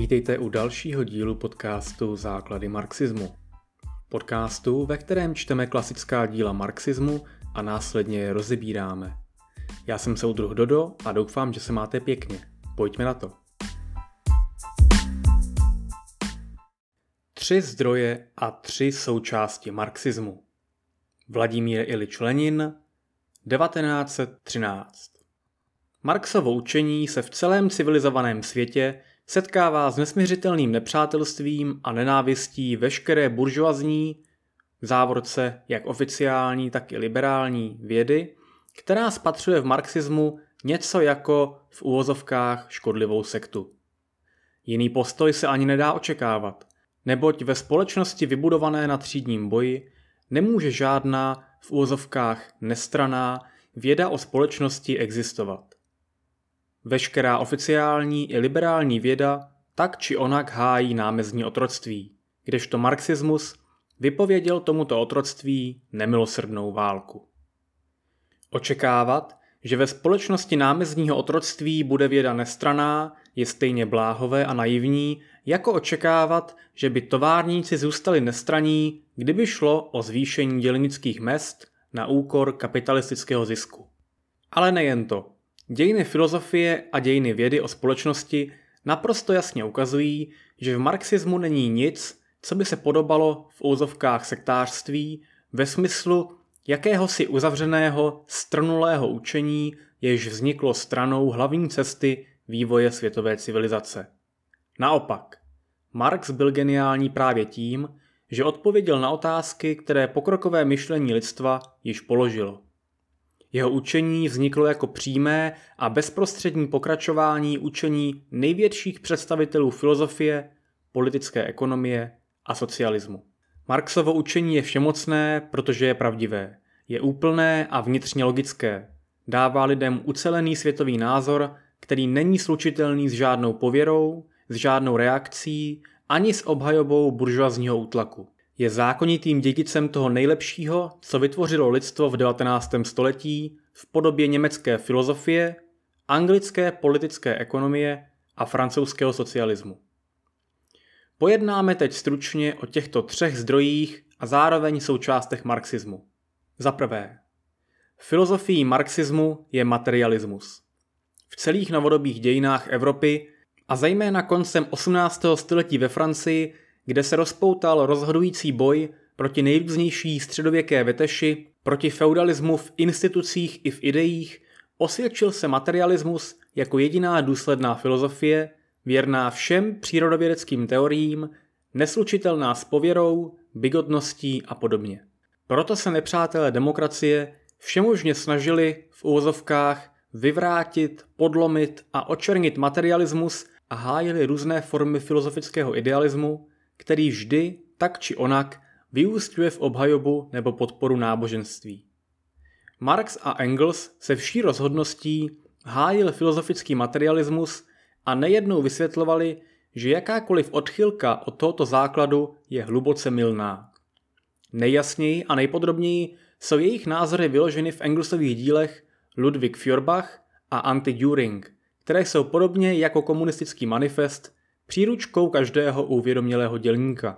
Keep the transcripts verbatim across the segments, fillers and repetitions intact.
Vítejte u dalšího dílu podcastu Základy marxismu. Podcastu, ve kterém čteme klasická díla marxismu a následně je rozebíráme. Já jsem soudruh Dodo a doufám, že se máte pěkně. Pojďme na to. Tři zdroje a tři součásti marxismu. Vladimír Ilič Lenin, devatenáct set třináct. Marxovo učení se v celém civilizovaném světě setkává s nesmiřitelným nepřátelstvím a nenávistí veškeré buržoazní, v závorce jak oficiální, tak i liberální vědy, která spatřuje v marxismu něco jako v uvozovkách škodlivou sektu. Jiný postoj se ani nedá očekávat, neboť ve společnosti vybudované na třídním boji nemůže žádná v uvozovkách nestranná věda o společnosti existovat. Veškerá oficiální i liberální věda tak či onak hájí námezní otroctví, kdežto marxismus vypověděl tomuto otroctví nemilosrdnou válku. Očekávat, že ve společnosti námezního otroctví bude věda nestranná, je stejně bláhové a naivní, jako očekávat, že by továrníci zůstali nestranní, kdyby šlo o zvýšení dělnických mezd na úkor kapitalistického zisku. Ale nejen to. Dějiny filozofie a dějiny vědy o společnosti naprosto jasně ukazují, že v marxismu není nic, co by se podobalo v úzovkách sektářství ve smyslu jakéhosi uzavřeného, strnulého učení, jež vzniklo stranou hlavní cesty vývoje světové civilizace. Naopak, Marx byl geniální právě tím, že odpověděl na otázky, které pokrokové myšlení lidstva již položilo. Jeho učení vzniklo jako přímé a bezprostřední pokračování učení největších představitelů filozofie, politické ekonomie a socialismu. Marxovo učení je všemocné, protože je pravdivé. Je úplné a vnitřně logické. Dává lidem ucelený světový názor, který není slučitelný s žádnou pověrou, s žádnou reakcí, ani s obhajobou buržoazního útlaku. Je zákonitým dědicem toho nejlepšího, co vytvořilo lidstvo v devatenáctém století v podobě německé filozofie, anglické politické ekonomie a francouzského socialismu. Pojednáme teď stručně o těchto třech zdrojích a zároveň součástech marxismu. Za prvé, filozofií marxismu je materialismus. V celých novodobých dějinách Evropy a zejména koncem osmnáctého století ve Francii, kde se rozpoutal rozhodující boj proti nejrůznější středověké veteši, proti feudalismu v institucích i v ideích, osvědčil se materialismus jako jediná důsledná filozofie, věrná všem přírodovědeckým teoriím, neslučitelná s pověrou, bigotností a podobně. Proto se nepřátelé demokracie všemožně snažili v uvozovkách vyvrátit, podlomit a očernit materialismus a hájili různé formy filozofického idealismu, který vždy, tak či onak, vyúsťuje v obhajobu nebo podporu náboženství. Marx a Engels se vší rozhodností hájili filozofický materialismus a nejednou vysvětlovali, že jakákoliv odchylka od tohoto základu je hluboce mylná. Nejjasněji a nejpodrobněji jsou jejich názory vyloženy v Engelsových dílech Ludwig Feuerbach a Anti-Düring, které jsou podobně jako komunistický manifest příručkou každého uvědomělého dělníka.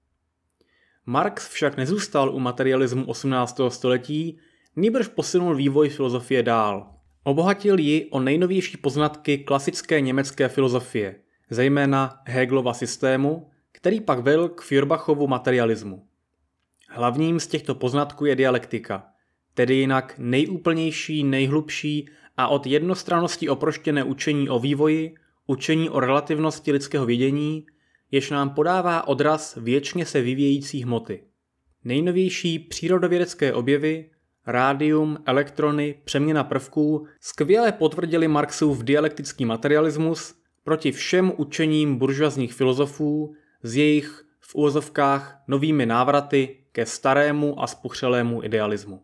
Marx však nezůstal u materialismu osmnáctého století, nýbrž posunul vývoj filozofie dál. Obohatil ji o nejnovější poznatky klasické německé filozofie, zejména Hegelova systému, který pak vedl k Feuerbachovu materialismu. Hlavním z těchto poznatků je dialektika, tedy jinak nejúplnější, nejhlubší a od jednostrannosti oproštěné učení o vývoji, učení o relativnosti lidského vidění, jež nám podává odraz věčně se vyvíjející hmoty. Nejnovější přírodovědecké objevy, rádium, elektrony, přeměna prvků skvěle potvrdili Marxův dialektický materialismus proti všem učením buržoazních filozofů z jejich v úvozovkách novými návraty ke starému a spuchřelému idealismu.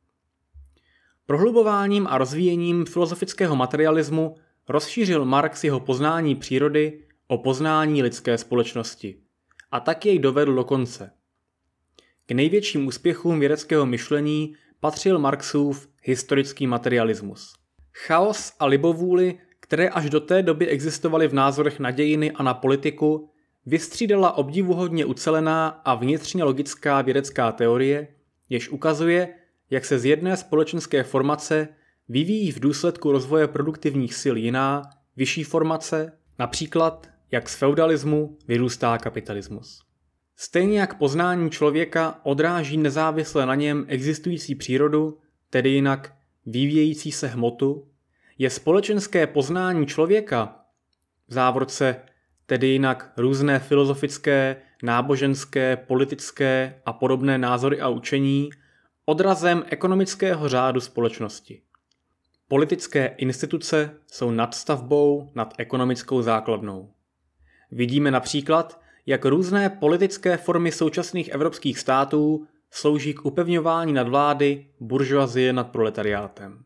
Prohlubováním a rozvíjením filozofického materialismu rozšířil Marx jeho poznání přírody o poznání lidské společnosti a tak jej dovedl do konce. K největším úspěchům vědeckého myšlení patřil Marxův historický materialismus. Chaos a libovůli, které až do té doby existovaly v názorech na dějiny a na politiku, vystřídala obdivuhodně ucelená a vnitřně logická vědecká teorie, jež ukazuje, jak se z jedné společenské formace vyvíjí v důsledku rozvoje produktivních sil jiná, vyšší formace, například jak z feudalismu vyrůstá kapitalismus. Stejně jak poznání člověka odráží nezávisle na něm existující přírodu, tedy jinak vyvíjející se hmotu, je společenské poznání člověka, v závorce tedy jinak různé filozofické, náboženské, politické a podobné názory a učení, odrazem ekonomického řádu společnosti. Politické instituce jsou nadstavbou nad ekonomickou základnou. Vidíme například, jak různé politické formy současných evropských států slouží k upevňování nadvlády buržoazie nad proletariátem.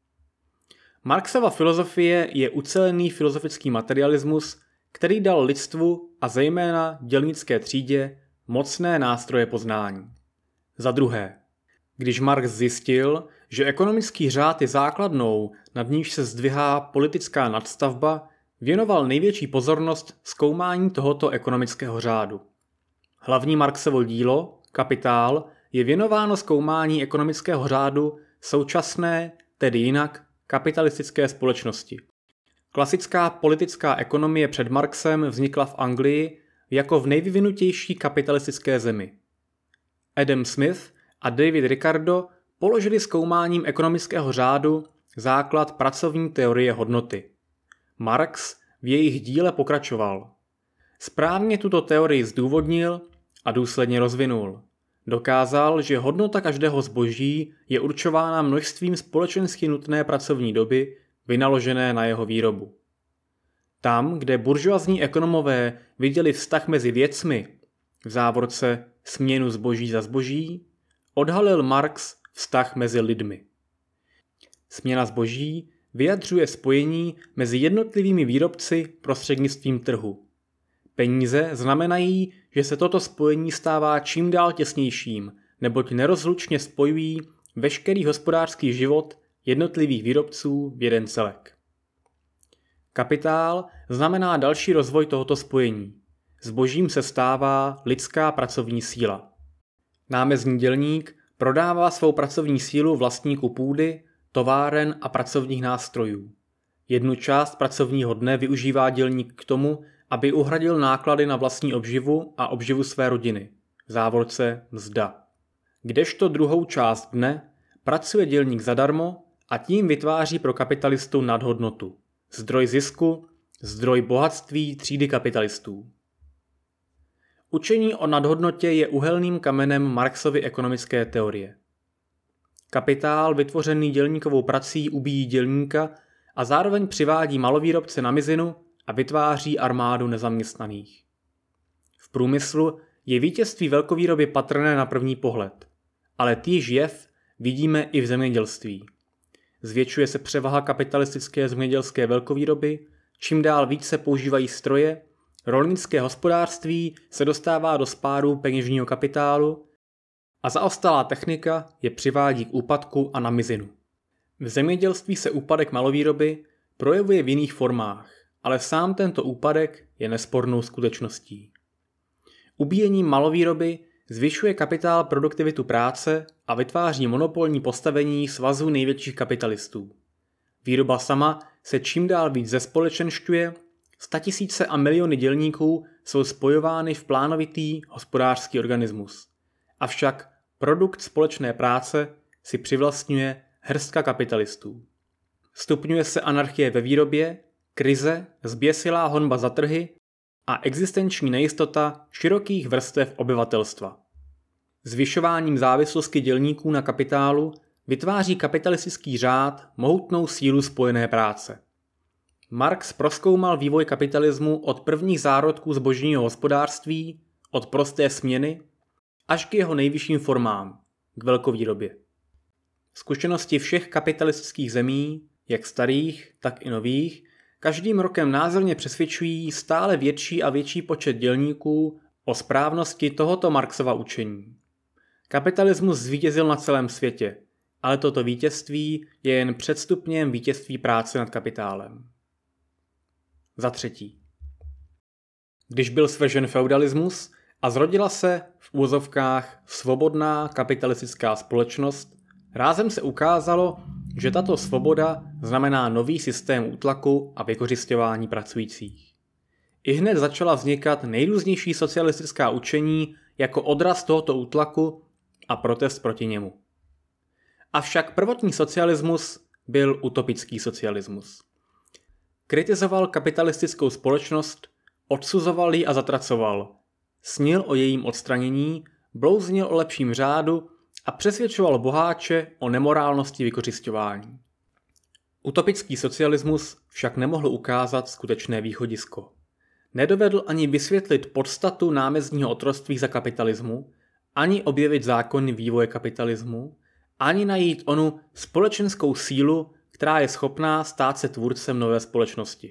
Marxova filozofie je ucelený filozofický materialismus, který dal lidstvu a zejména dělnické třídě mocné nástroje poznání. Za druhé, když Marx zjistil, že ekonomický řád je základnou, nad níž se zdvihá politická nadstavba, věnoval největší pozornost zkoumání tohoto ekonomického řádu. Hlavní Marxovo dílo, Kapitál, je věnováno zkoumání ekonomického řádu současné, tedy jinak, kapitalistické společnosti. Klasická politická ekonomie před Marxem vznikla v Anglii jako v nejvyvinutější kapitalistické zemi. Adam Smith a David Ricardo položili zkoumáním ekonomického řádu základ pracovní teorie hodnoty. Marx v jejich díle pokračoval. Správně tuto teorii zdůvodnil a důsledně rozvinul. Dokázal, že hodnota každého zboží je určována množstvím společensky nutné pracovní doby vynaložené na jeho výrobu. Tam, kde buržoazní ekonomové viděli vztah mezi věcmi, v závorce směnu zboží za zboží, odhalil Marx vztah mezi lidmi. Směna zboží vyjadřuje spojení mezi jednotlivými výrobci prostřednictvím trhu. Peníze znamenají, že se toto spojení stává čím dál těsnějším, neboť nerozlučně spojují veškerý hospodářský život jednotlivých výrobců v jeden celek. Kapitál znamená další rozvoj tohoto spojení. Zbožím se stává lidská pracovní síla. Námezní dělník prodává svou pracovní sílu vlastníku půdy, továren a pracovních nástrojů. Jednu část pracovního dne využívá dělník k tomu, aby uhradil náklady na vlastní obživu a obživu své rodiny, v závorce mzda. Kdežto druhou část dne pracuje dělník zadarmo a tím vytváří pro kapitalistu nadhodnotu, zdroj zisku, zdroj bohatství třídy kapitalistů. Učení o nadhodnotě je uhelným kamenem Marxovy ekonomické teorie. Kapitál vytvořený dělníkovou prací ubíjí dělníka a zároveň přivádí malovýrobce na mizinu a vytváří armádu nezaměstnaných. V průmyslu je vítězství velkovýroby patrné na první pohled, ale týž jev vidíme i v zemědělství. Zvětšuje se převaha kapitalistické zemědělské velkovýroby, čím dál více používají stroje, rolnické hospodářství se dostává do spáru peněžního kapitálu a zaostalá technika je přivádí k úpadku a na mizinu. V zemědělství se úpadek malovýroby projevuje v jiných formách, ale sám tento úpadek je nespornou skutečností. Ubíjením malovýroby zvyšuje kapitál produktivitu práce a vytváří monopolní postavení svazu největších kapitalistů. Výroba sama se čím dál víc zespolečenšťuje, statisíce a miliony dělníků jsou spojovány v plánovitý hospodářský organismus. Avšak produkt společné práce si přivlastňuje hrstka kapitalistů. Stupňuje se anarchie ve výrobě, krize, zběsilá honba za trhy a existenční nejistota širokých vrstev obyvatelstva. Zvyšováním závislosti dělníků na kapitálu vytváří kapitalistický řád mohutnou sílu spojené práce. Marx prozkoumal vývoj kapitalismu od prvních zárodků zbožního hospodářství, od prosté směny, až k jeho nejvyšším formám, k velkovýrobě. Zkušenosti všech kapitalistických zemí, jak starých, tak i nových, každým rokem názorně přesvědčují stále větší a větší počet dělníků o správnosti tohoto Marxova učení. Kapitalismus zvítězil na celém světě, ale toto vítězství je jen předstupněm vítězství práce nad kapitálem. Za třetí. Když byl svržen feudalismus a zrodila se v úvozovkách svobodná kapitalistická společnost, rázem se ukázalo, že tato svoboda znamená nový systém útlaku a vykořisťování pracujících. Ihned začala vznikat nejrůznější socialistická učení jako odraz tohoto útlaku a protest proti němu. Avšak prvotní socialismus byl utopický socialismus. Kritizoval kapitalistickou společnost, odsuzoval ji a zatracoval, snil o jejím odstranění, blouznil o lepším řádu a přesvědčoval boháče o nemorálnosti vykořisťování. Utopický socialismus však nemohl ukázat skutečné východisko. Nedovedl ani vysvětlit podstatu námezdního otroctví za kapitalismu, ani objevit zákony vývoje kapitalismu, ani najít onu společenskou sílu, která je schopná stát se tvůrcem nové společnosti.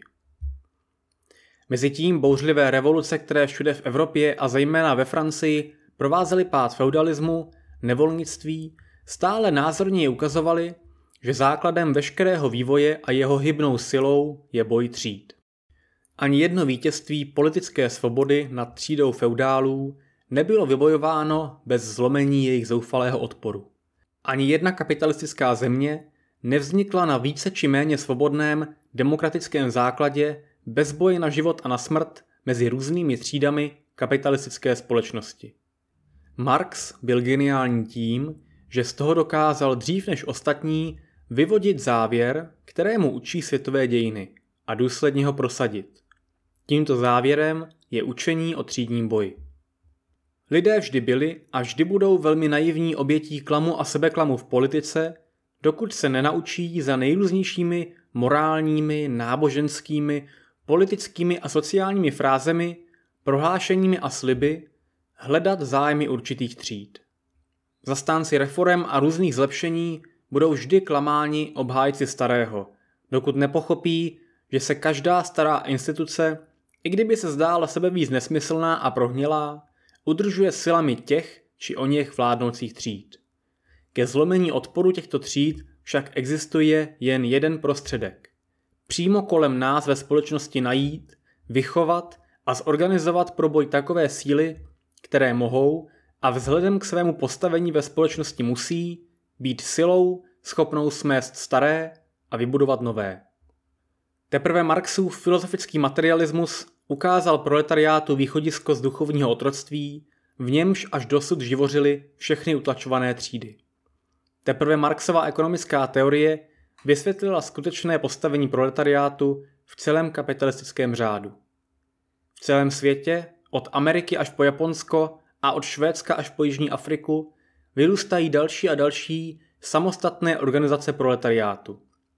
Mezitím bouřlivé revoluce, které všude v Evropě a zejména ve Francii provázely pád feudalismu, nevolnictví, stále názorněji ukazovaly, že základem veškerého vývoje a jeho hybnou silou je boj tříd. Ani jedno vítězství politické svobody nad třídou feudálů nebylo vybojováno bez zlomení jejich zoufalého odporu. Ani jedna kapitalistická země nevznikla na více či méně svobodném demokratickém základě bez boje na život a na smrt mezi různými třídami kapitalistické společnosti. Marx byl geniální tím, že z toho dokázal dřív než ostatní vyvodit závěr, kterému učí světové dějiny, a důsledně ho prosadit. Tímto závěrem je učení o třídním boji. Lidé vždy byli a vždy budou velmi naivní obětí klamu a sebeklamu v politice, dokud se nenaučí za nejrůznějšími morálními, náboženskými, politickými a sociálními frázemi, prohlášeními a sliby hledat zájmy určitých tříd. Zastánci reforem a různých zlepšení budou vždy klamáni obhájci starého, dokud nepochopí, že se každá stará instituce, i kdyby se zdála sebevíc nesmyslná a prohnilá, udržuje silami těch či oněch vládnoucích tříd. Ke zlomení odporu těchto tříd však existuje jen jeden prostředek. Přímo kolem nás ve společnosti najít, vychovat a zorganizovat pro boj takové síly, které mohou a vzhledem k svému postavení ve společnosti musí být silou schopnou smést staré a vybudovat nové. Teprve Marxův filozofický materialismus ukázal proletariátu východisko z duchovního otroctví, v němž až dosud živořily všechny utlačované třídy. Teprve Marxova ekonomická teorie vysvětlila skutečné postavení proletariátu v celém kapitalistickém řádu. V celém světě, od Ameriky až po Japonsko a od Švédska až po Jižní Afriku, vyrůstají další a další samostatné organizace proletariátu.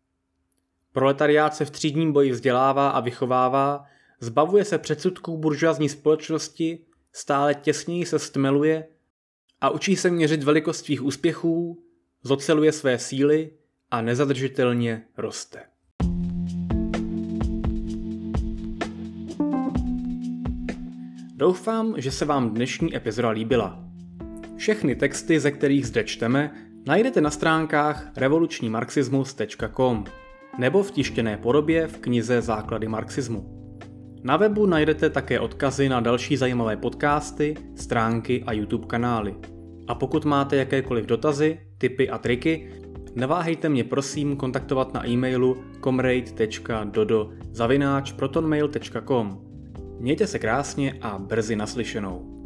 Proletariát se v třídním boji vzdělává a vychovává, zbavuje se předsudků buržoazní společnosti, stále těsněji se stmeluje a učí se měřit velikost svých úspěchů, zoceluje své síly a nezadržitelně roste. Doufám, že se vám dnešní epizoda líbila. Všechny texty, ze kterých zde čteme, najdete na stránkách revoluční marxismus tečka com nebo v tištěné podobě v knize Základy marxismu. Na webu najdete také odkazy na další zajímavé podcasty, stránky a YouTube kanály. A pokud máte jakékoliv dotazy, tipy a triky, neváhejte mě prosím kontaktovat na e-mailu comrade tečka dodo zavináč protonmail tečka com. Mějte se krásně a brzy naslyšenou.